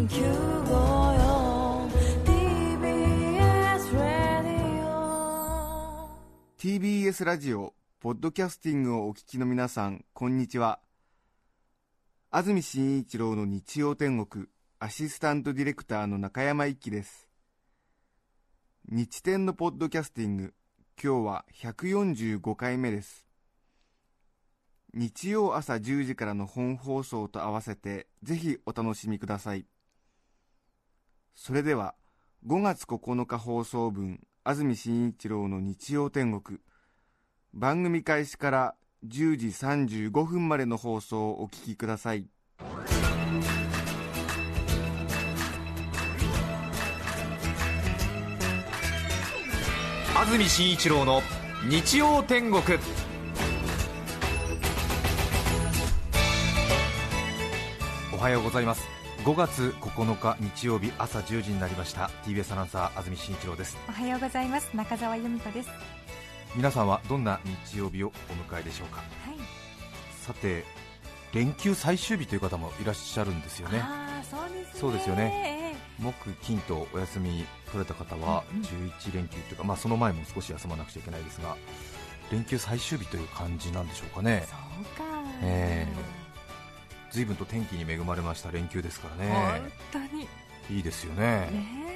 TBS ラジオポッドキャスティングをお聞きの皆さん、こんにちは。安住紳一郎の日曜天国、アシスタントディレクターの中山一輝です。日天のポッドキャスティング、今日は145回目です。日曜朝10時からの本放送と合わせてぜひお楽しみください。それでは5月9日放送分、安住紳一郎の日曜天国、番組開始から10時35分までの放送をお聞きください。 安住紳一郎の日曜天国。おはようございます。5月9日日曜日朝10時になりました。 TBS アナウンサー安住紳一郎です。 おはようございます。中澤由美子です。 皆さんはどんな日曜日をお迎えでしょうか。はい、さて、連休最終日という方もいらっしゃるんですよね。 そうですね。 そうですよね。木金とお休み取れた方は11連休というか、その前も少し休まなくちゃいけないですが、連休最終日という感じなんでしょうかね。 そうか、 随分と天気に恵まれました連休ですからね。 本当にいいですよね。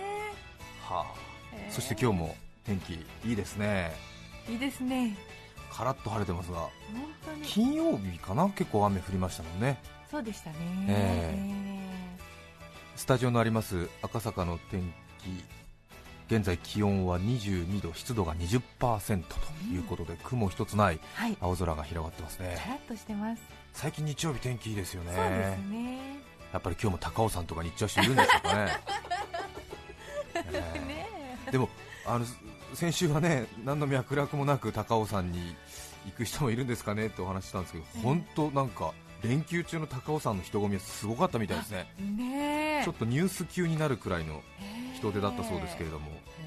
そして今日も天気いいですね。 いいですね。 カラッと晴れてますが、 本当に金曜日かな、結構雨降りましたもんね。 そうでしたね。 スタジオのあります赤坂の天気、現在気温は22度、湿度が 20% ということで、雲一つない青空が広がってますね。 カラッとしてます。 最近日曜日天気いいですよね。 そうですね。 やっぱり今日も高尾山とかに行っちゃう人いるんでしょうかね。でも先週はね、何の脈絡もなく高尾山に行く人もいるんですかねってお話したんですけど、本当なんか連休中の高尾山の人混みはすごかったみたいですね。ちょっとニュース級になるくらいの人出だったそうですけれども、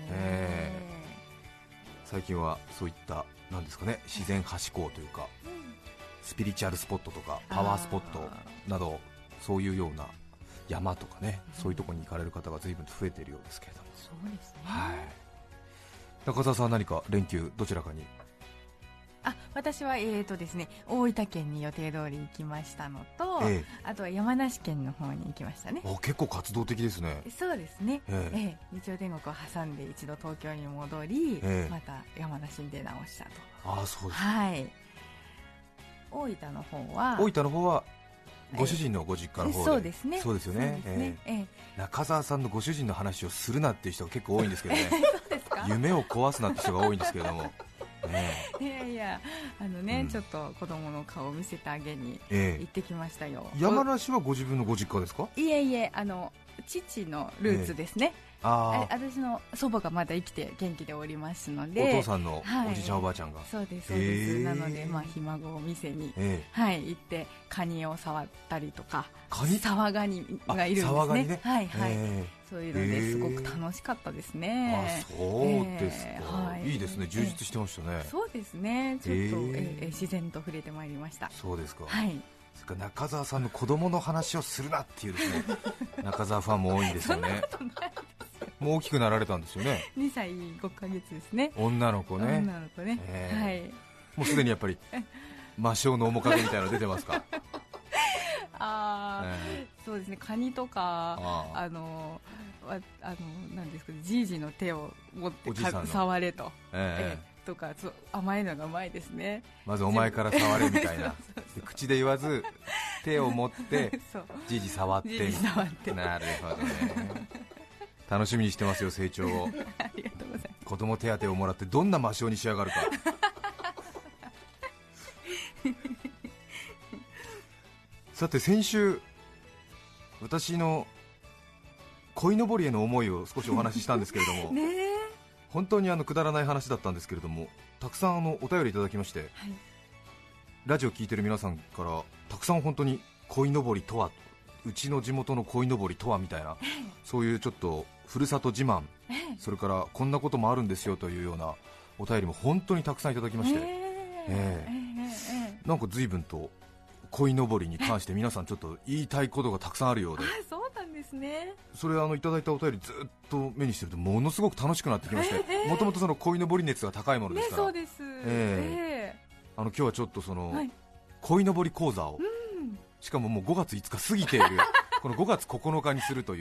最近はそういったなんですかね、自然派志向というか、スピリチュアルスポットとかパワースポットなど、そういうような山とかね、そういうところに行かれる方が随分と増えているようですけれども。 そうですね。 中澤さんは何か連休どちらかに？ 私はですね、大分県に予定通り行きましたのと、あとは山梨県の方に行きましたね。 結構活動的ですね。 そうですね。日曜天国を挟んで一度東京に戻り、また山梨に出直したと。 そうです。 大分の方はご主人のご実家の方で。 そうですね。 そうですよね。中澤さんのご主人の話をするなっていう人が結構多いんですけどね。 そうですか。 夢を壊すなって人が多いんですけれども。 いやちょっと子供の顔を見せてあげに行ってきましたよ。 山梨はご自分のご実家ですか？ いえ、父のルーツですね。私の祖母がまだ生きて元気でおりますので、 お父さんのおじいちゃんおばあちゃんが。 そうですそうです。なのでひ孫を店に行ってカニを触ったりとか、サワガニがいるんですね。 サワガニね。 そういうのですごく楽しかったですね。 そうですか。いいですね。充実してましたね。 そうですね。ちょっと自然と触れてまいりました。 そうですか。それから中澤さんの子供の話をするなっていうですね、中澤ファンも多いんですよね。 そんなことないですよ。 もう大きくなられたんですよね。 2歳5ヶ月ですね。 女の子ね。もうすでにやっぱり魔性の面影みたいなの出てますか？ そうですね。カニとかなんですかね、じいじの手を持って触れと、とか甘いのがうまいですね。 まずお前から触れみたいな。口で言わず手を持ってじいじ触ってなるほどね。楽しみにしてますよ、成長を。 ありがとうございます。 子供手当をもらってどんな魔性に仕上がるか。さて、先週私の鯉のぼりへの思いを少しお話ししたんですけれども、本当にくだらない話だったんですけれども、たくさんお便りいただきまして、ラジオ聞いてる皆さんからたくさん本当に鯉のぼりとは、うちの地元の鯉のぼりとはみたいな、そういうちょっとふるさと自慢、それからこんなこともあるんですよというようなお便りも本当にたくさんいただきまして、なんか随分と鯉のぼりに関して皆さんちょっと言いたいことがたくさんあるようで。 そうなんですですね。 それいただいたお便りずっと目にしてるとものすごく楽しくなってきまして、もともとその鯉のぼり熱が高いものですから、 そうです、 今日はちょっとその、 はい、 鯉のぼり講座を、しかももう5月5日過ぎているこの5月9日にするという、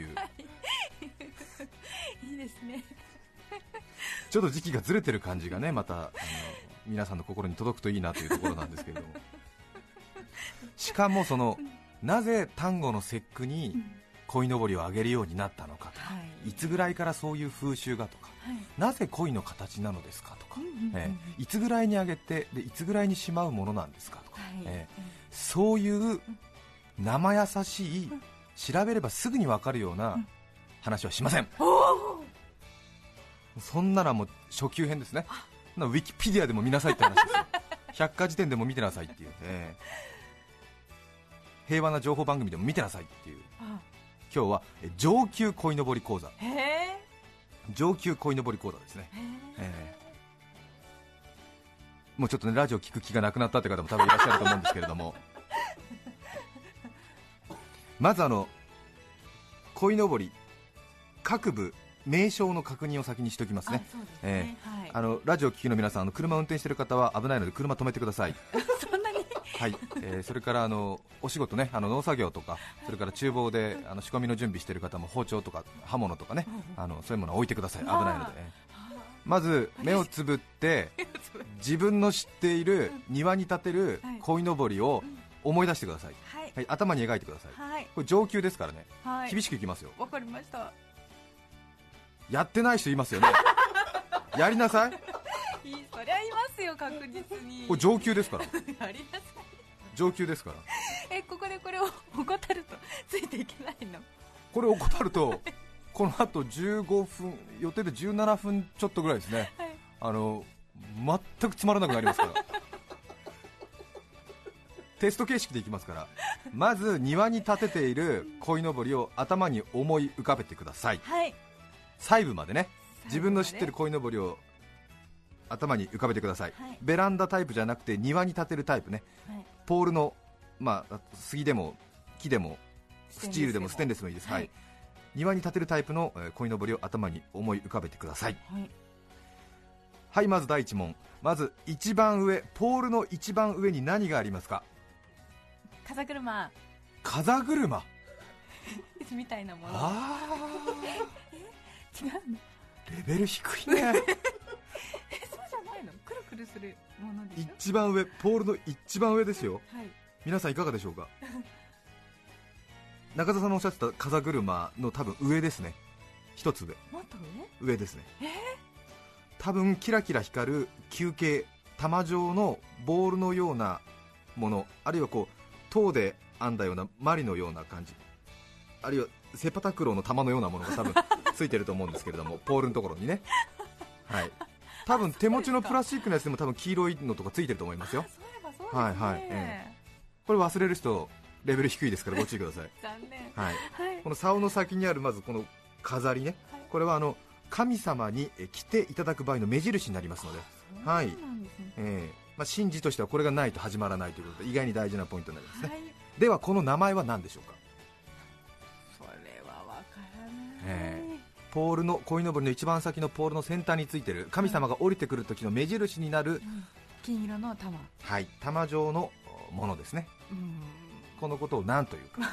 いいですね。 ちょっと時期がずれてる感じがね、また皆さんの心に届くといいなというところなんですけれどもしかもその、なぜ端午の節句に鯉のぼりをあげるようになったのかとか、いつぐらいからそういう風習がとか、なぜ鯉の形なのですかとか、いつぐらいにあげてでいつぐらいにしまうものなんですかとか、そういう生優しい、調べればすぐに分かるような話はしません。そんなのはもう初級編ですね。ウィキペディアでも見なさいって話ですよ百科事典でも見てなさいっていう、平和な情報番組でも見てなさいっていう。今日は上級鯉のぼり講座、上級鯉のぼり講座ですね。もうちょっとね、ラジオ聞く気がなくなったって方も多分いらっしゃると思うんですけれどもまず鯉のぼり各部名称の確認を先にしておきますね。ラジオ聞きの皆さん、車を運転している方は危ないので車止めてくださいそんなにはい、それからお仕事ね、農作業とか、それから厨房で仕込みの準備している方も包丁とか刃物とかね、そういうものを置いてください。危ないので、まず目をつぶって自分の知っている庭に立てる鯉のぼりを思い出してください。はい、頭に描いてください。これ上級ですからね、厳しくいきますよ。 わかりました。 やってない人いますよねやりなさい。 そりゃいますよ、確実に。 これ上級ですからやりなさい。 上級ですから。 ここでこれを怠るとついていけないの？ これを怠るとこの後15分、予定で17分ちょっとぐらいですね、全くつまらなくなりますからテスト形式でいきますから、まず庭に立てている鯉のぼりを頭に思い浮かべてください。細部までね、自分の知ってる鯉のぼりを頭に浮かべてください。ベランダタイプじゃなくて庭に立てるタイプね、ポールの、杉でも木でもスチールでもステンレスでもいいです。庭に立てるタイプの鯉のぼりを頭に思い浮かべてください。まず第1問。まず一番上、ポールの一番上に何がありますか？ 風車。 風車みたいなもの。違うの？ レベル低いねそうじゃないの？くるくるするものでしょ？ 一番上、ポールの一番上ですよ。皆さんいかがでしょうか中田さんのおっしゃってた風車の多分上ですね。一つ上。 もっと上ですね。多分キラキラ光る球形、玉状のボールのようなもの、あるいはこう塔で編んだようなマリのような感じ、あるいはセパタクローの玉のようなものが多分ついてると思うんですけれどもポールのところにね、多分手持ちのプラスチックのやつでも多分黄色いのとかついてると思いますよ。これ忘れる人レベル低いですからご注意ください。 残念。 この竿の先にあるまずこの飾りね、これは神様に着ていただく場合の目印になりますので、神事としてはこれがないと始まらないということで意外に大事なポイントになりますね。ではこの名前は何でしょうか？ それはわからない。 ポールの鯉のぼりの一番先のポールの先端についている神様が降りてくる時の目印になる、 金色の玉、 玉状のものですね。このことを何というか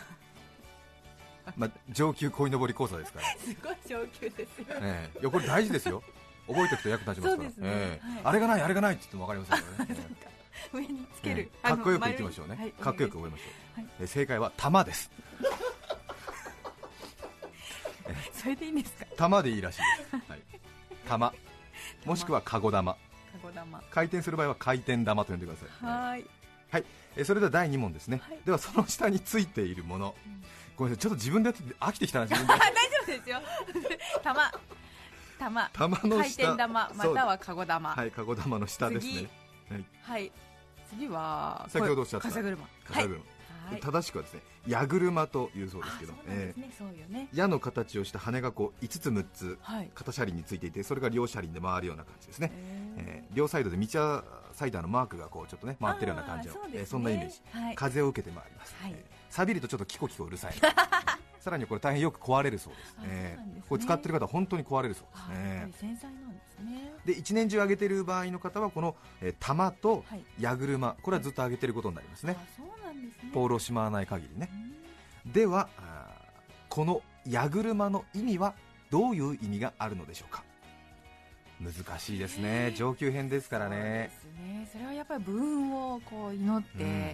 上級鯉のぼり講座ですからすごい上級ですよ、 いやこれ大事ですよ。覚えておくと役立ちますから、あれがないあれがないって言っても分かりませんからね上につける、 かっこよくいきましょうね、かっこよく覚えましょう、正解は玉ですそれでいいんですか？ 玉でいいらしいです、玉もしくはカゴ玉、回転する場合は回転玉と呼んでください。それでは第2問ですね。ではその下についているもの、ごめんなさい、ちょっと自分でやってて飽きてきたな自分で大丈夫ですよ玉の回転玉またはカゴ玉、 カゴ玉の下ですね。 次は先ほどおっしゃった風車、 正しくはですね矢車というそうですけど、矢の形をした羽がこう5つ6つ片車輪についていて、それが両車輪で回るような感じですね。両サイドで道サイダーのマークがこうちょっとね回ってるような感じの、そんなイメージ、風を受けて回ります。錆びるとちょっとキコキコうるさいさらにこれ大変よく壊れるそうですね。これ使ってる方は本当に壊れるそうですね。 やっぱり繊細なんですね。 で一年中揚げてる場合の方はこの玉と矢車、これはずっと揚げてることになりますね。 そうなんですね。 ポールをしまわない限りね。ではこの矢車の意味はどういう意味があるのでしょうか。難しいですね、上級編ですからね。 そうですね。それはやっぱり武運をこう祈って、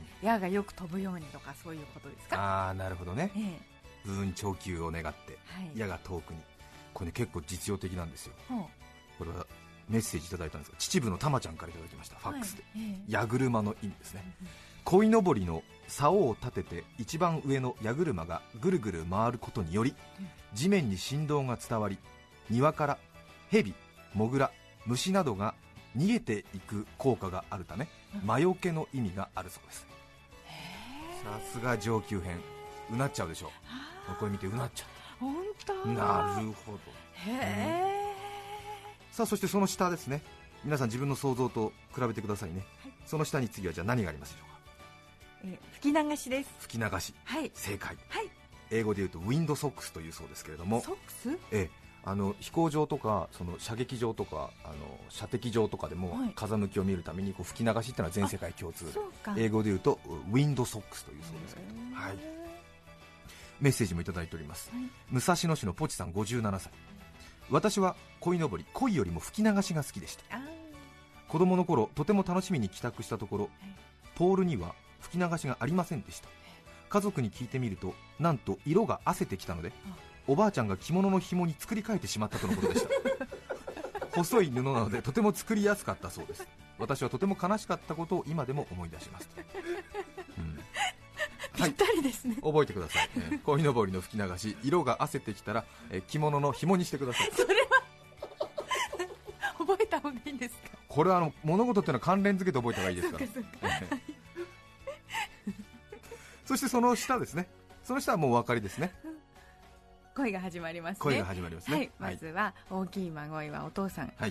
矢がよく飛ぶようにとかそういうことですか。 なるほどね、武運長久を願って、矢が遠くに。これ、ね、結構実用的なんですよ。これはメッセージいただいたんですが、秩父のたまちゃんからいただきました。ファックスで、矢車の意味ですね。鯉のぼりの竿を立てて一番上の矢車がぐるぐる回ることにより、地面に振動が伝わり、庭から蛇、モグラ、虫などが逃げていく効果があるため、魔除けの意味があるそうです。さすが上級編、うなっちゃうでしょ。これ見てうなっちゃった。 本当。 なるほど。さあ、そしてその下ですね。皆さん自分の想像と比べてくださいね。その下に次はじゃあ何がありますでしょうか。 吹き流しです。 吹き流し、正解。英語で言うとウィンドソックスというそうですけれども、 ソックス？ 飛行場とかその射撃場とか射的場とかでも風向きを見るためにこう吹き流しっていうのは全世界共通で、英語で言うとウィンドソックスというそうですけど、メッセージもいただいております。武蔵野市のポチさん57歳。私は鯉のぼり、鯉よりも吹き流しが好きでした。子供の頃とても楽しみに帰宅したところ、ポールには吹き流しがありませんでした。家族に聞いてみると、なんと色が褪せてきたので、おばあちゃんが着物の紐に作り変えてしまったとのことでした細い布なのでとても作りやすかったそうです。私はとても悲しかったことを今でも思い出します。 ぴったりですね。 覚えてください。鯉のぼりの吹き流し、色が褪せてきたら着物の紐にしてください。 それは覚えた方がいいんですか。 これは物事っていうのは関連付けて覚えた方がいいですから。そしてその下ですね。その下はもうお分かりですね。 恋が始まりますね。 恋が始まりますね。 まずは大きい孫いはお父さん。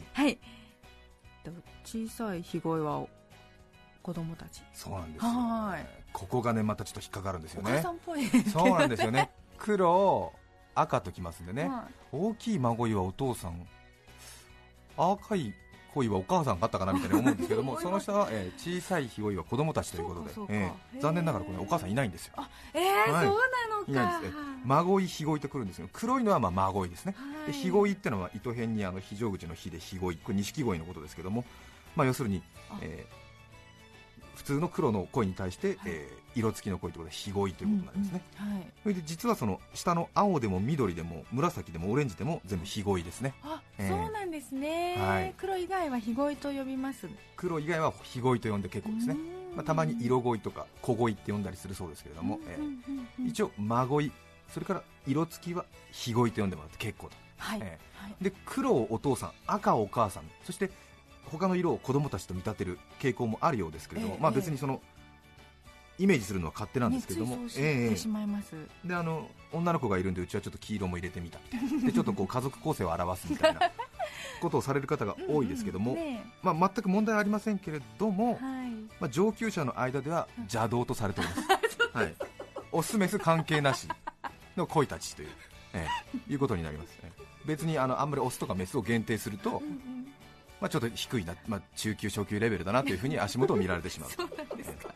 小さいひごいは子供たち。 そうなんですよ。ここがねまたちょっと引っかかるんですよね。 お母さんっぽい。 そうなんですよね。黒赤ときますんでね。大きい孫いはお父さん、赤い恋はお母さんがあったかなみたいに思うんですけどもその下は、小さいひごいは子供たちということで、残念ながらこれお母さんいないんですよ。 そうなのか。 いないんですね。孫いひごいとくるんですよ。黒いのは孫いですね。でひごいってのは糸辺に非常口のひでひごい、これ錦鯉のことですけども、要するに、普通の黒の鯉に対して、色付きの鯉ということでひごいということなんですね。それで実はその下の青でも緑でも紫でもオレンジでも全部ひごいですね。 そうなんですね。黒以外はひごいと呼びます。 黒以外はひごいと呼んで結構ですね。たまに色鯉とか小鯉って呼んだりするそうですけれども、一応孫い、それから色付きはひごいと呼んでもらって結構だ。で黒をお父さん、赤をお母さん、そして他の色を子供たちと見立てる傾向もあるようですけれども、別にそのイメージするのは勝手なんですけれども、 で女の子がいるんでうちはちょっと黄色も入れてみたみたいなでちょっとこう家族構成を表すみたいなことをされる方が多いですけども、全く問題はありませんけれども、上級者の間では邪道とされております。オスメス関係なしの恋たちという、いうことになります。別にあんまりオスとかメスを限定すると、ちょっと低いな、中級初級レベルだなというふうに足元を見られてしまう。 そうなんですか。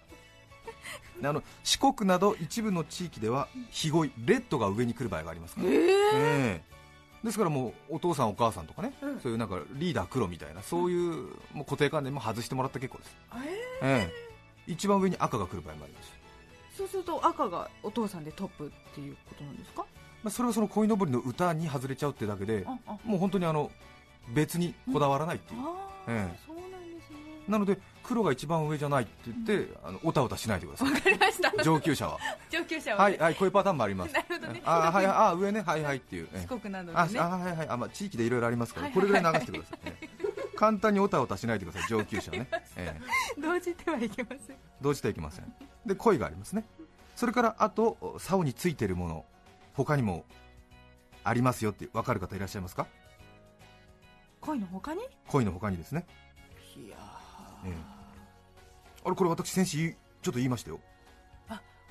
四国など一部の地域ではひごい、レッドが上に来る場合がありますから、ですからもうお父さんお母さんとかね、そういうなんかリーダー黒みたいなそういうもう固定観念も外してもらったら結構です。一番上に赤が来る場合もあります。 そうすると赤がお父さんでトップっていうことなんですか。 それはその鯉のぼりの歌に外れちゃうってだけで、もう本当に別にこだわらないっていう。 そうなんですね。 なので黒が一番上じゃないって言って、おたおたしないでください。 わかりました。 上級者ははいこういうパターンもあります。 なるほどね。 上ね、はいっていう、 四国などでね、 地域でいろいろありますから、これぐらい流してください。簡単におたおたしないでください、上級者ね。 動じてはいけません。 動じてはいけません。で鯉がありますね。それからあと竿についているもの他にもありますよって分かる方いらっしゃいますか。 鯉の他にですね。 いやこれ私先週ちょっと言いましたよ。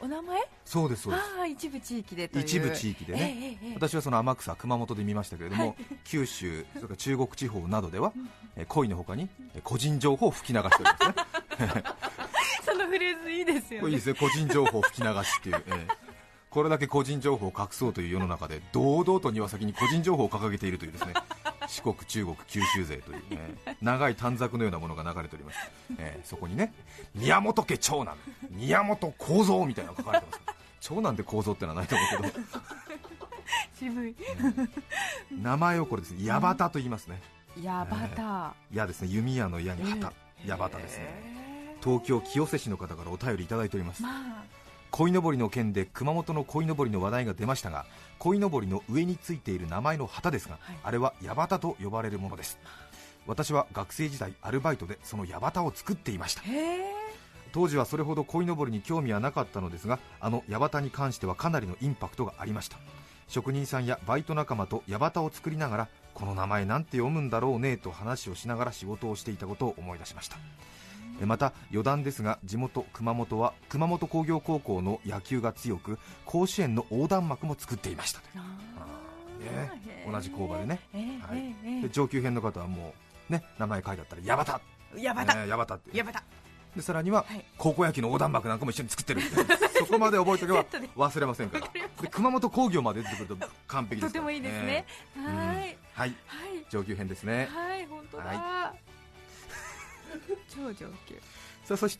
お名前？ そうですそうです。 一部地域でという。 一部地域でね、私はその天草熊本で見ましたけれども、九州それから中国地方などでは、恋の他に個人情報を吹き流しておりますねそのフレーズいいですよね。 いいですね、個人情報吹き流しっていう、これだけ個人情報を隠そうという世の中で堂々と庭先に個人情報を掲げているというですね四国、中国、九州勢という、長い短冊のようなものが流れております、そこにね、宮本家長男宮本幸三みたいなのが書かれてます。長男で幸三ってのはないと思うけど渋い、 名前をこれですね、矢旗と言いますね。 矢旗、 矢ですね、弓矢の矢に旗、矢旗ですね。東京清瀬市の方からお便りいただいております。鯉のぼりの件で熊本の鯉のぼりの話題が出ましたが、鯉のぼりの上についている名前の旗ですが、あれは矢旗と呼ばれるものです。私は学生時代アルバイトでその矢旗を作っていました。当時はそれほど鯉のぼりに興味はなかったのですが、あの矢旗に関してはかなりのインパクトがありました。職人さんやバイト仲間と矢旗を作りながら、この名前なんて読むんだろうねと話をしながら仕事をしていたことを思い出しました。また余談ですが、地元熊本は熊本工業高校の野球が強く、甲子園の横断幕も作っていました。同じ工場でね、で上級編の方はもうね、名前書いてあったら矢旗、矢旗って、でさらには高校野球の横断幕なんかも一緒に作ってるそこまで覚えておけば忘れませんからで熊本工業まで出てくると完璧ですから、 とてもいいですね。 はい、上級編ですね。 はい、本当だ、超上級。 さあ、そして、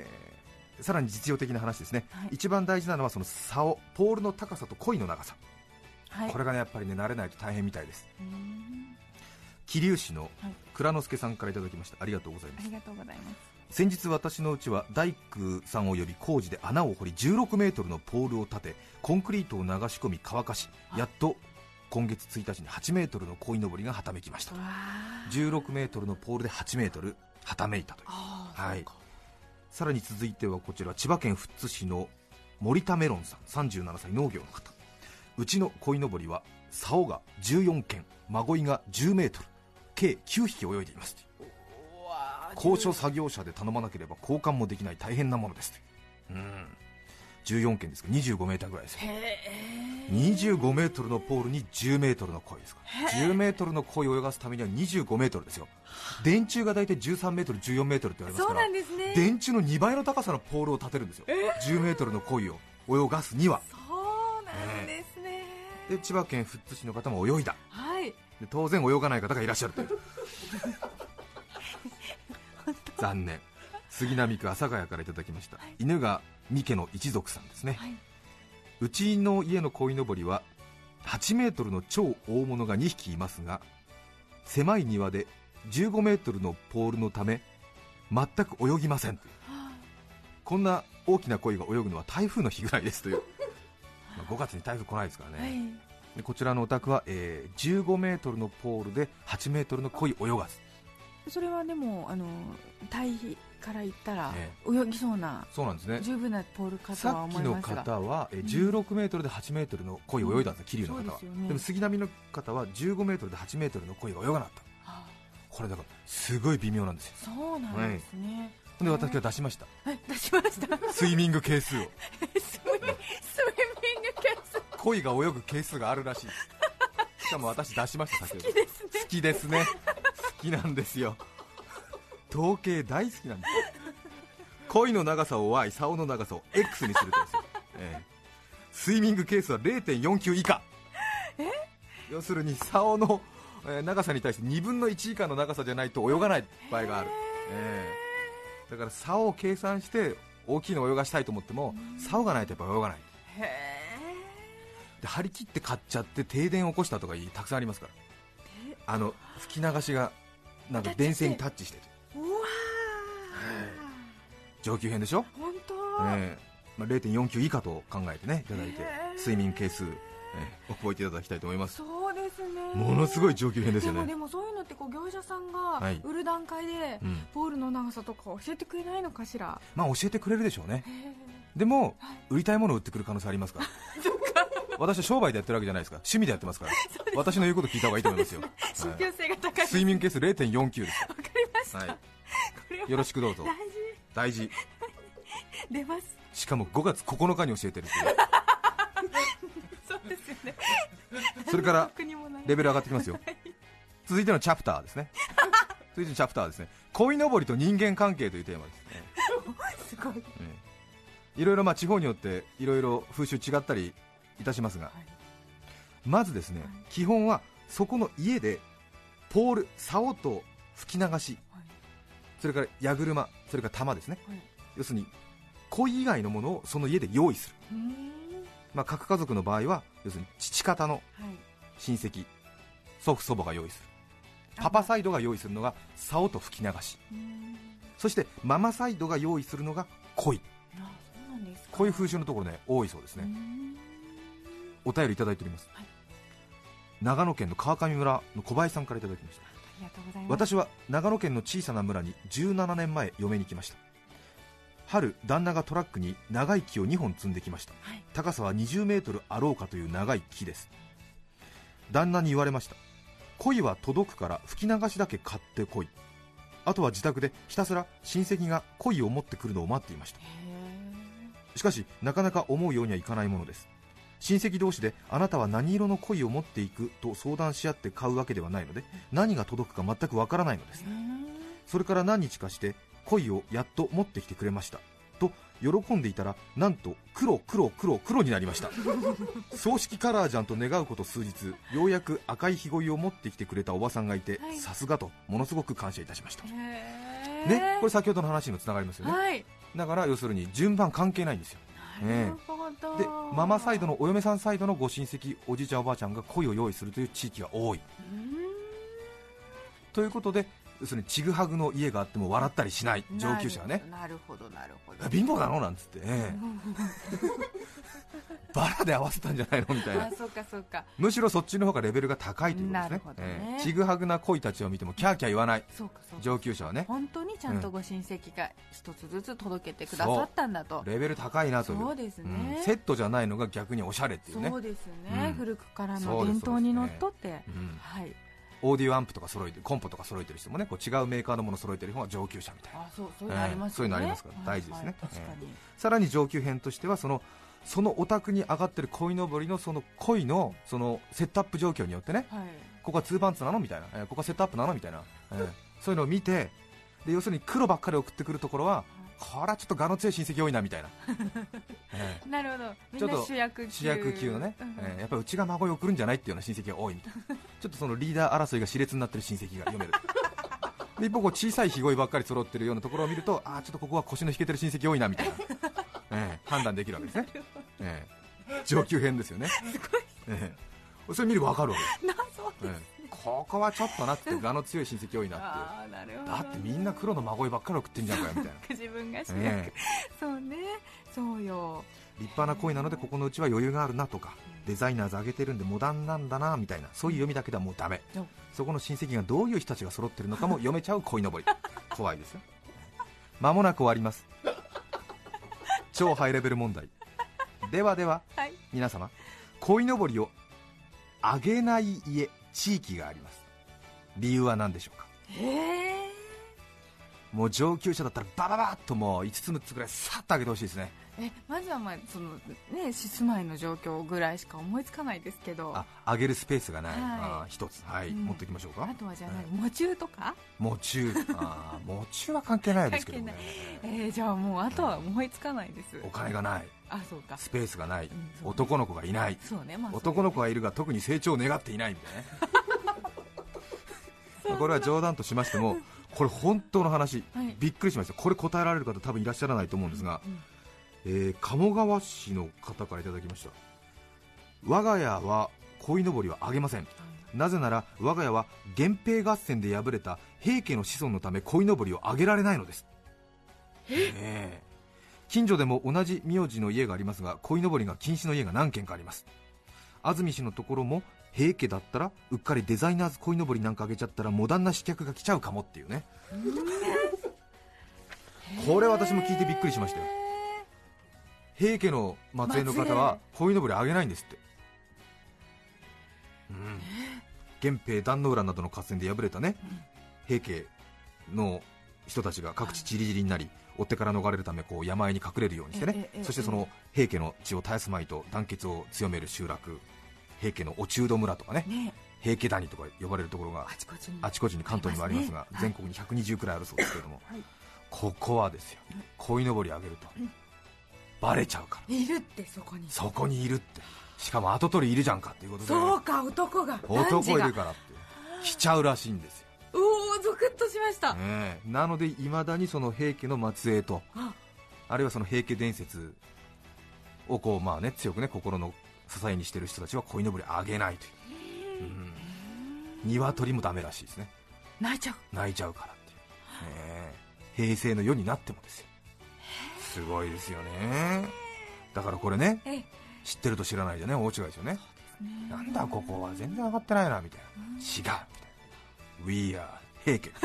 さらに実用的な話ですね、一番大事なのはその竿、ポールの高さと鯉の長さ、これがね、やっぱりね、慣れないと大変みたいです。桐生市の倉之助さんからいただきました。ありがとうございます。 ありがとうございます。 先日私のうちは大工さんを呼び、工事で穴を掘り16メートルのポールを立て、コンクリートを流し込み乾かし、やっと今月1日に8メートルの鯉のぼりがはためきました。16メートルのポールで8メートルはためいたという。さらに続いてはこちら、千葉県富津市の森田メロンさん、37歳、農業の方。うちの鯉のぼりは竿が14件、真鯉が10メートル、計9匹泳いでいます。高所作業車で頼まなければ交換もできない大変なものです。14件ですか、25メーターぐらいですよ。25メートルのポールに10メートルの鯉ですから、10メートルの鯉を泳がすためには25メートルですよ。電柱が大体13メートル、14メートルって言われますから、 そうなんですね、 電柱の2倍の高さのポールを立てるんですよ、10メートルの鯉を泳がすには。 そうなんですね。 で千葉県富津市の方も泳いだ、で当然泳がない方がいらっしゃるという残念。杉並区阿佐ヶ谷からいただきました、犬が三家の一族さんですね、うちの家の鯉のぼりは8メートルの超大物が2匹いますが、狭い庭で15メートルのポールのため全く泳ぎません。こんな大きな鯉が泳ぐのは台風の日ぐらいですという、5月に台風来ないですからね、でこちらのお宅は、15メートルのポールで8メートルの鯉泳がず。 それはでも対比から言ったら泳ぎそうな、 そうなんですね、 十分なポールかとは思いますが、 さっきの方は16メートルで8メートルの鯉を泳いだんです、桐生の方は。でも杉並の方は15メートルで8メートルの鯉が泳がなかった、これだからすごい微妙なんですよ。 そうなんですね、 で私は出しました、 出しましたスイミング係数をスイミング係数、 鯉が泳ぐ係数があるらしい。しかも私出しました。 好きですね。 好きですね。好きなんですよ。統計大好きなんです。鯉の長さを Y、竿の長さを X にするとですよ、スイミング係数は 0.49 以下。要するに竿の長さに対して2分の1以下の長さじゃないと泳がない場合がある。だから竿を計算して大きいのを泳がしたいと思っても、竿がないとやっぱ泳がない。で張り切って買っちゃって停電を起こしたとかたくさんありますから、吹き流しがなんか電線にタッチしてて、上級編でしょ。 本当、 0.49 以下と考えてねいただいて、睡眠係数、覚えていただきたいと思います。 そうですね、 ものすごい上級編ですよね。 でもそういうのって業者さんが売る段階で、ポールの長さとか教えてくれないのかしら。 教えてくれるでしょうね。でも、売りたいものを売ってくる可能性ありますから私は商売でやってるわけじゃないですから、趣味でやってますから私の言うこと聞いた方がいいと思いますよ。 信憑性が高い。 睡眠係数 0.49 です。 わかりました、 よろしくどうぞ。 大事大事出ます。 しかも5月9日に教えてるっていうそうですよね。 それからレベル上がってきますよ。続いてのチャプターですね。鯉のぼりと人間関係というテーマです。 すごい。 いろいろ地方によっていろいろ風習違ったりいたしますが、まずですね、基本はそこの家でポール、竿と吹き流し、それから矢車、それから玉ですね、要するに鯉以外のものをその家で用意する。各家族の場合は要するに父方の親戚、祖父祖母が用意する。パパサイドが用意するのが竿と吹き流し、そしてママサイドが用意するのが鯉。こういう風習のところね、多いそうですね。お便りいただいております。長野県の川上村の小林さんからいただきました。 ありがとうございます。 私は長野県の小さな村に17年前嫁に来ました。春、旦那がトラックに長い木を2本積んできました。高さは20メートルあろうかという長い木です。旦那に言われました。鯉は届くから吹き流しだけ買ってこい。あとは自宅でひたすら親戚が鯉を持ってくるのを待っていました。しかしなかなか思うようにはいかないものです。親戚同士であなたは何色の鯉を持っていくと相談し合って買うわけではないので、何が届くか全くわからないのです。それから何日かして鯉をやっと持ってきてくれましたと喜んでいたら、なんと黒になりました。葬式カラーじゃんと願うこと数日、ようやく赤いひごいを持ってきてくれたおばさんがいて、さすがとものすごく感謝いたしました。ね、これ先ほどの話にもつながりますよね。だから要するに順番関係ないんですよ。でママサイドのお嫁さんサイドのご親戚、おじいちゃんおばあちゃんが鯉を用意するという地域が多いということで、要するにちぐはぐの家があっても笑ったりしない上級者はね。 なるほどなるほど。 貧乏なのなんつって、バラで合わせたんじゃないのみたいな。 そうかそうか。 むしろそっちの方がレベルが高いということですね。ちぐはぐな鯉たちを見てもキャーキャー言わない上級者はね、 本当にちゃんとご親戚が一つずつ届けてくださったんだと、 レベル高いなという。 そうですね、 セットじゃないのが逆におしゃれっていうね。 そうですね、古くからの伝統にのっとって、 オーディオアンプとか揃えて、コンポとか揃えてる人もね、こう違うメーカーのもの揃えてる方が上級者みたいな。 そういうのありますよね。 そういうのありますから大事ですね。さらに上級編としてはそのお宅に上がってる鯉のぼりのその鯉のそのセットアップ状況によってね、ここはツーパンツなのみたいな、ここはセットアップなのみたいな、そういうのを見て、で要するに黒ばっかり送ってくるところは、これはちょっと我の強い親戚多いなみたいな。 なるほど、みんな主役級のね、やっぱりうちが孫を送るんじゃないっていうような親戚が多いみたいな。ちょっとそのリーダー争いが熾烈になってる親戚が読める。で一方こう小さいひごいばっかり揃ってるようなところを見ると、ちょっとここは腰の引けてる親戚多いなみたいな、判断できるわけですね。上級編ですよね。すごい、それ見れば分かるわけです。ここはちょっとなって我の強い親戚多いなって。だってみんな黒の孫ばっかり送ってんじゃんかよみたいな。 自分が主役、そうね、そうよ。 立派な恋なのでここのうちは余裕があるなとか、デザイナーズ上げてるんでモダンなんだなみたいな、そういう読みだけではもうダメ。そこの親戚がどういう人たちが揃ってるのかも読めちゃう鯉のぼり。怖いですよ。間もなく終わります。超ハイレベル問題では、皆様、鯉のぼりをあげない家、地域があります。理由は何でしょうか。もう上級者だったらバババッともう5つ6つぐらいさっとあげてほしいですね。 まずはそのね、住まいの状況ぐらいしか思いつかないですけど、 あげるスペースがない、一つ、持っていきましょうか。 あとはじゃあ喪中とか。喪中は関係ないですけどね。 じゃあもうあとは思いつかないです。 お金がない、 そうか、 スペースがない、男の子がいない、男の子がいるが特に成長を願っていないみたいな。これは冗談としましても、これ本当の話、びっくりしました。これ答えられる方多分いらっしゃらないと思うんですが、鴨川市の方からいただきました。我が家は鯉のぼりはあげません。なぜなら我が家は源平合戦で敗れた平家の子孫のため鯉のぼりをあげられないのです。近所でも同じ名字の家がありますが、鯉のぼりが禁止の家が何軒かあります。安住氏のところも平家だったらうっかりデザイナーズ鯉のぼりなんかあげちゃったらモダンな刺客が来ちゃうかもっていうね。これ私も聞いてびっくりしましたよ。平家の末裔の方は鯉のぼりあげないんですって。源平壇ノ浦などの合戦で敗れたね、平家の人たちが各地ちりぢりになり、 追っ手から逃れるためこう山あいに隠れるようにしてね、そしてその平家の血を絶やすまいと団結を強める集落、平家の落人村とかね、平家谷とか呼ばれるところがあちこちに関東にもありますが、全国に120くらいあるそうですけれども、ここはですよ、鯉のぼりあげるとバレちゃうから、 いるってそこにいるって、しかも跡取りいるじゃんかっていうことで、 そうか、男いるからってしちゃうらしいんですよ。 おお、ゾクッとしました、 なのでいまだにその平家の末裔と、あるいはその平家伝説をこう、まあね、強くね心の支えにしている人たちは鯉のぼりあげないという、鶏もダメらしいですね。 泣いちゃうからっていう、平成の世になってもですよ。すごいですよね。だからこれね、知ってると知らないでね、大違いですよね。なんだここは全然上がってないなみたいな、違うみたいな、 We are 平家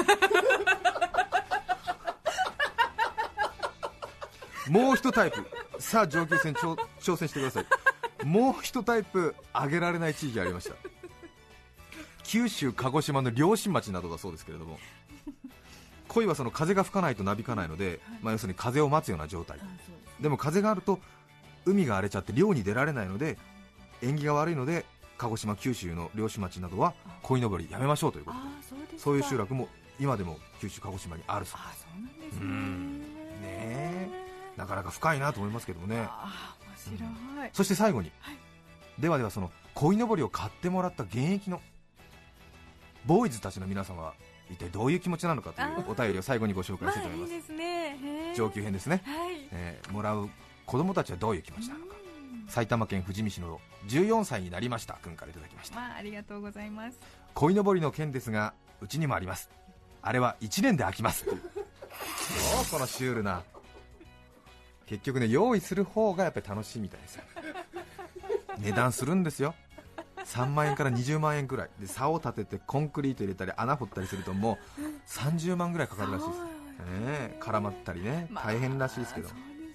もう一タイプ、さあ上級戦挑戦してください。もう一タイプ上げられない地域がありました。九州鹿児島の漁師町などだそうですけれども、鯉はその風が吹かないとなびかないので、要するに風を待つような状態でも、風があると海が荒れちゃって漁に出られないので縁起が悪いので、鹿児島九州の漁師町などは鯉のぼりやめましょうということで、そういう集落も今でも九州鹿児島にあるそうです。 そうなんですね。 なかなか深いなと思いますけどもね。 面白い。 そして最後に、ではその鯉のぼりを買ってもらった現役のボーイズたちの皆さんは一体どういう気持ちなのかというお便りを最後にご紹介したいと思います。 いいですね。 上級編ですね、もらう子供たちはどういう気持ちなのか。埼玉県富士見市の14歳になりました君からいただきました。 ありがとうございます。 鯉のぼりの件ですが、うちにもあります。あれは1年で飽きますこのシュールな、結局ね、用意する方がやっぱり楽しいみたいですよ。値段するんですよ。3万円から20万円くらいで、竿を立ててコンクリート入れたり穴掘ったりするともう30万ぐらいかかるらしいです。絡まったりね、大変らしいですけど、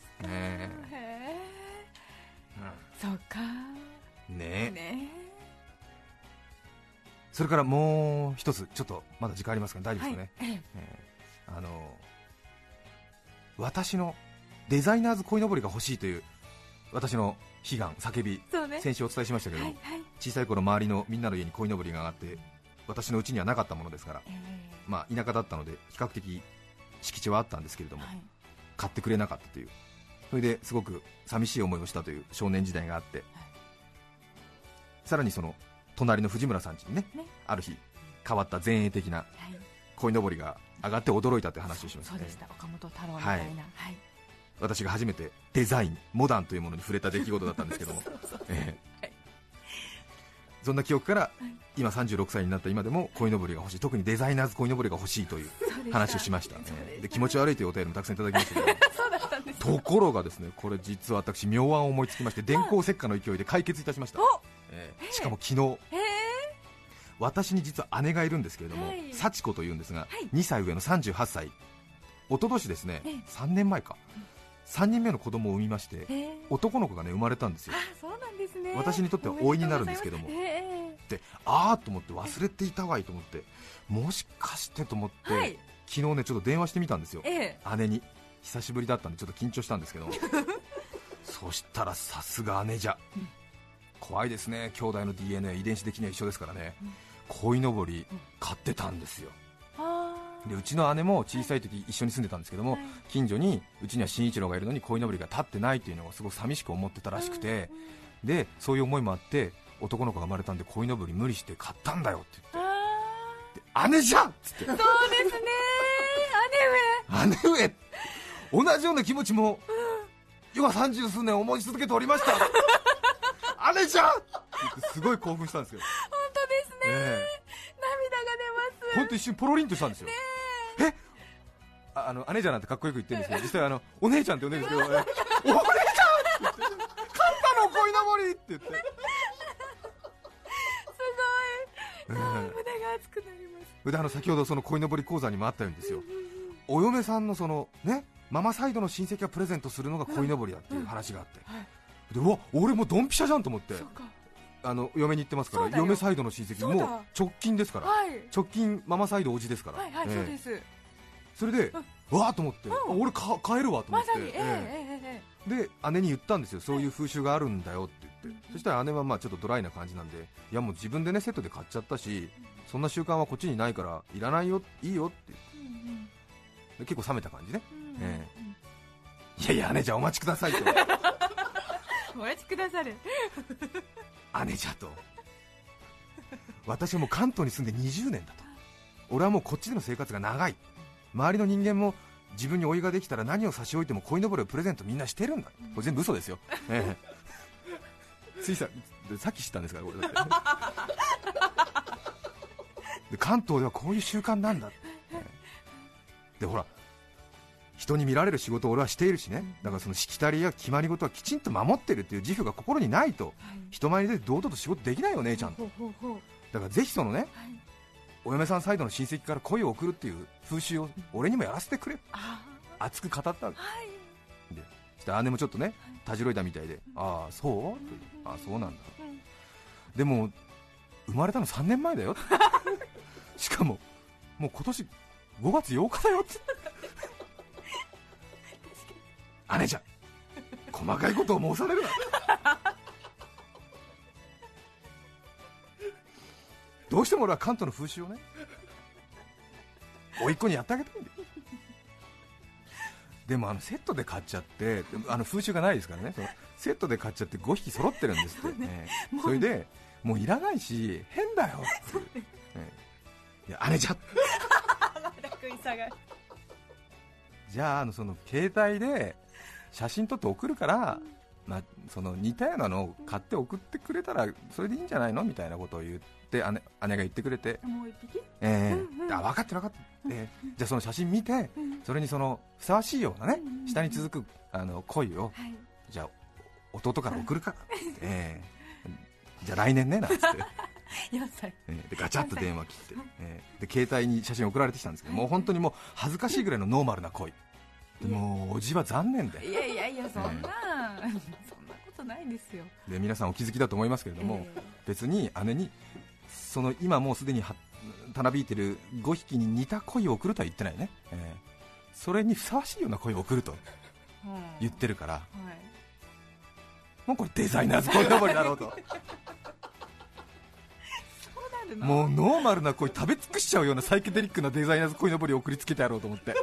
そうかね。それからもう一つ、ちょっとまだ時間ありますか、大丈夫ですかね。私のデザイナーズ鯉のぼりが欲しいという私の悲願叫び、先週お伝えしましたけど、小さい頃周りのみんなの家に鯉のぼりが上がって、私のうちにはなかったものですから、田舎だったので比較的敷地はあったんですけれども、買ってくれなかったという、それですごく寂しい思いをしたという少年時代があって、さらにその隣の藤村さん家にね、ある日変わった前衛的な鯉のぼりが上がって驚いたという話をしましたね。 そうでした、岡本太郎みたいな、 私が初めてデザイン、モダンというものに触れた出来事だったんですけども、そんな記憶から、今36歳になった今でも鯉のぼりが欲しい、特にデザイナーズ鯉のぼりが欲しいという話をしました。で気持ち悪いというお便りもたくさんいただきましたけどところがですね、これ実は私妙案を思いつきまして、電光石火の勢いで解決いたしました。しかも昨日、私に実は姉がいるんですけれども、幸子というんですが、2歳上の38歳、一昨年ですね、3年前か、3人目の子供を産みまして、男の子がね生まれたんですよ。 そうなんですね。 私にとっては老いになるんですけども、でと思って忘れていたわいと思って、もしかしてと思って、昨日ねちょっと電話してみたんですよ、姉に。久しぶりだったんでちょっと緊張したんですけどそしたらさすが姉じゃ、怖いですね、兄弟の DNA 遺伝子的には一緒ですからね。鯉のぼり買ってたんですよ。でうちの姉も小さい時一緒に住んでたんですけども、近所にうちには慎一郎がいるのに鯉のぼりが立ってないというのをすごく寂しく思ってたらしくて、でそういう思いもあって男の子が生まれたんで鯉のぼり無理して買ったんだよって言って、で姉じゃんっつって。 そうですね、 姉上同じような気持ちも要は30数年思い続けておりました姉じゃんって言ってすごい興奮したんですよ。 本当ですね、涙が出ます。 本当一瞬ポロリンとしたんですよ。姉ちゃんなんてかっこよく言ってるんですけど、実際お姉ちゃんって呼んでるんですけど、お姉ちゃんって言って、勝ったの鯉のぼりって言って、 すごい、胸が熱くなります。 で先ほどその鯉のぼり講座にもあったようにですよ、お嫁さんのそのねママサイドの親戚がプレゼントするのが鯉のぼりだっていう話があって、でうわ俺もドンピシャじゃんと思って、嫁に行ってますから、嫁サイドの親戚も直近ですから、直近ママサイドおじですから、 そうです。 それでわーと思って、俺買えるわと思って、で姉に言ったんですよ、そういう風習があるんだよって言って、そしたら姉はまあちょっとドライな感じなんで、いやもう自分でねセットで買っちゃったし、そんな習慣はこっちにないからいらないよ、いいよって言って、で結構冷めた感じね、いやいや姉じゃお待ちくださいとお待ちくださる姉じゃと、私はもう関東に住んで20年だと、俺はもうこっちでの生活が長い、周りの人間も自分に老いができたら何を差し置いても鯉のぼりをプレゼントみんなしてるんだ、これ全部嘘ですよ、ついさっき知ったんですからこれだってで関東ではこういう習慣なんだ、でほら人に見られる仕事を俺はしているしね、だからそのしきたりや決まり事はきちんと守ってるっていう自負が心にないと、人前に出て堂々と仕事できないよ姉ちゃんと、だからぜひそのね、お嫁さんサイドの親戚から恋を送るっていう風習を俺にもやらせてくれ、熱く語ったわけ、でそして姉もちょっとねたじろいだみたいで、ああそう、ああそうなんだ、でも生まれたの3年前だよしかももう今年5月8日だよって姉ちゃん細かいことを申されるなどうしても俺は関東の風習をね甥っ子にやってあげたいんだよ。でもセットで買っちゃって、風習がないですからね、そのセットで買っちゃって5匹揃ってるんですって、それでもういらないし変だよって、いや姉じゃじゃあその携帯で写真撮って送るから、まあ、その似たようなのを買って送ってくれたらそれでいいんじゃないのみたいなことを言って、姉が言ってくれて、 もう一匹、 分かってる分かってる、じゃあその写真見て、それにそのふさわしいようなね、下に続く恋を、じゃあ弟から送るからって、じゃあ来年ねなんつって 4歳、 でガチャッと電話切って、で携帯に写真送られてきたんですけど、もう本当にもう恥ずかしいぐらいのノーマルな恋で、もうおじは残念で、 いやそんな、そんなことないですよ。 で皆さんお気づきだと思いますけれども、別に姉にその今もうすでにたなびいてる5匹に似た恋を送るとは言ってないね、それにふさわしいような恋を送ると言ってるから、もうこれデザイナーズ恋のぼりだろうともうノーマルな恋食べ尽くしちゃうようなサイケデリックなデザイナーズ恋のぼりを送りつけてやろうと思って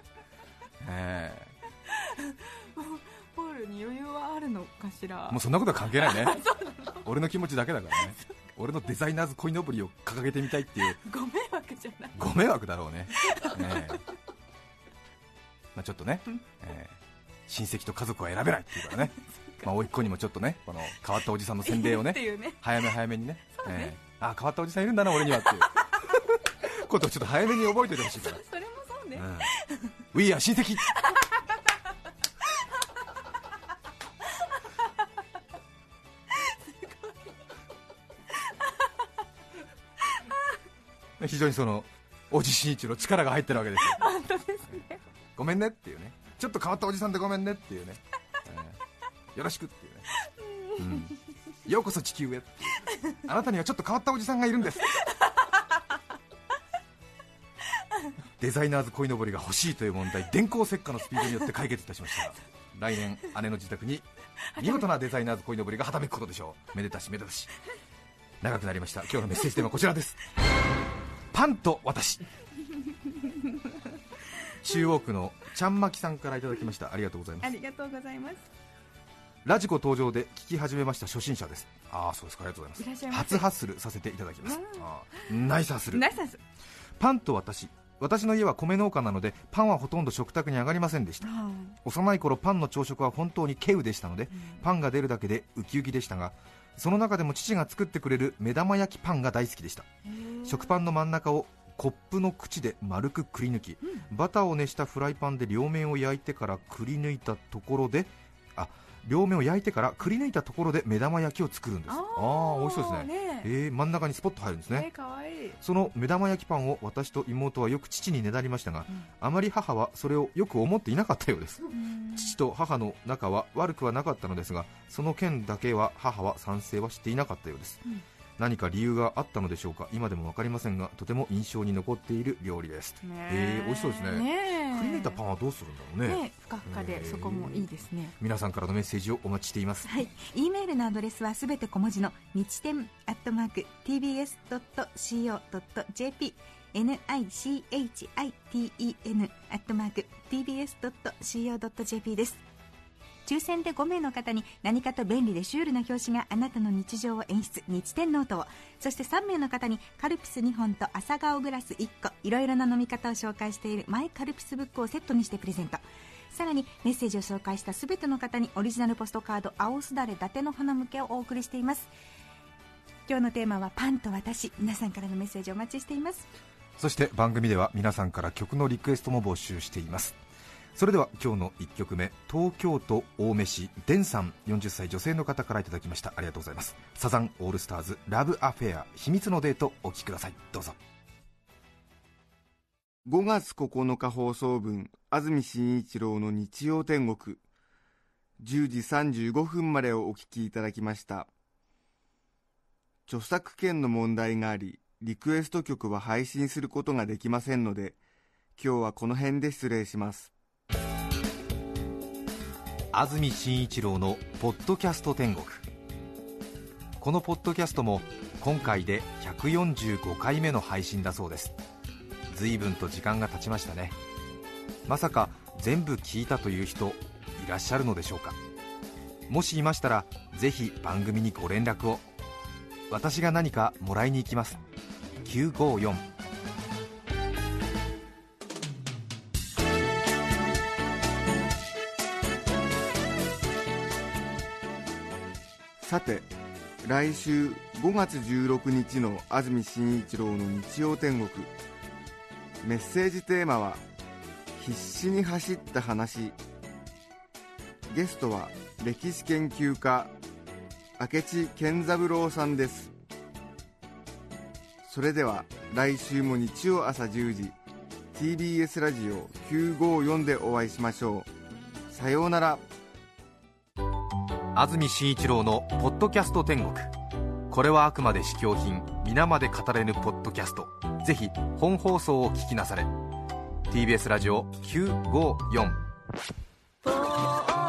ポールに余裕はあるのかしら。 もうそんなことは関係ないね俺の気持ちだけだからね俺のデザイナーズ恋のぼりを掲げてみたいっていうご迷惑じゃない、 ご迷惑だろうね、まあちょっとね、親戚と家族は選べないっていうからねまあ甥っ子にもちょっとねこの変わったおじさんの洗礼をね早めにね、あ変わったおじさんいるんだな俺にはっていうことをちょっと早めに覚えておいてほしいからそれもそうね、 We are 親戚非常にそのおじしんいちの力が入ってるわけですよ。 本当ですね、 ごめんねっていうね、ちょっと変わったおじさんでごめんねっていうね、よろしくっていうね、ようこそ地球へっていう、あなたにはちょっと変わったおじさんがいるんですデザイナーズ鯉のぼりが欲しいという問題、電光石火のスピードによって解決いたしました。来年姉の自宅に見事なデザイナーズ鯉のぼりがはためくことでしょう。めでたしめでたし。長くなりました。今日のメッセージテーマはこちらです。パンと私中央区のちゃんまきさんからいただきました。ありがとうございます。 ありがとうございます。 ラジコ登場で聞き始めました初心者です。ああそうですか、ありがとうございます。初ハッスルさせていただきます。ナイスハッスル。パンと私の家は米農家なのでパンはほとんど食卓に上がりませんでした。幼い頃パンの朝食は本当に稀有でしたので、パンが出るだけでウキウキでしたが、その中でも父が作ってくれる目玉焼きパンが大好きでした。食パンの真ん中をコップの口で丸くくり抜き、バターを熱したフライパンで両面を焼いてからくり抜いたところで目玉焼きを作るんです。美味しそうですね。真ん中にスポッと入るんですね。 かわいい。 その目玉焼きパンを私と妹はよく父にねだりましたが、あまり母はそれをよく思っていなかったようです。父と母の仲は悪くはなかったのですが、その件だけは母は賛成はしていなかったようです。 何か理由があったのでしょうか、今でも分かりませんがとても印象に残っている料理です。美味しそうですね。くり抜いたパンはどうするんだろうね。 ふかふかでそこもいいですね。 皆さんからのメッセージをお待ちしています。 はい、E メールのアドレスはすべて小文字の日天@tbs.co.jp nichiten@tbs.co.jp です。抽選で5名の方に何かと便利でシュールな表紙があなたの日常を演出、日天ノートを、そして3名の方にカルピス2本と朝顔グラス1個、いろいろな飲み方を紹介しているマイカルピスブックをセットにしてプレゼント。さらにメッセージを紹介したすべての方にオリジナルポストカード青すだれ伊達の花向けをお送りしています。今日のテーマはパンと私、皆さんからのメッセージをお待ちしています。 そして番組では皆さんから曲のリクエストも募集しています。それでは今日の1曲目、東京都青梅市デンさん、40歳女性の方からいただきました。ありがとうございます。サザンオールスターズラブアフェア秘密のデート、お聴きください。どうぞ。 5月9日放送分、安住紳一郎の日曜天国、10時35分までをお聞きいただきました。著作権の問題があり、リクエスト曲は配信することができませんので、今日はこの辺で失礼します。 安住紳一郎のポッドキャスト天国。このポッドキャストも今回で145回目の配信だそうです。随分と時間が経ちましたね。まさか全部聞いたという人いらっしゃるのでしょうか。もしいましたらぜひ番組にご連絡を。私が何かもらいに行きます。954。 さて、来週5月16日の安住紳一郎の日曜天国、メッセージテーマは必死に走った話。ゲストは歴史研究家明智健三郎さんです。それでは来週も日曜朝10時 TBS ラジオ954でお会いしましょう。さようなら。 安住紳一郎のポッドキャスト天国。これはあくまで試供品、皆まで語れぬポッドキャスト。ぜひ本放送を聞きなされ。 TBS ラジオ954。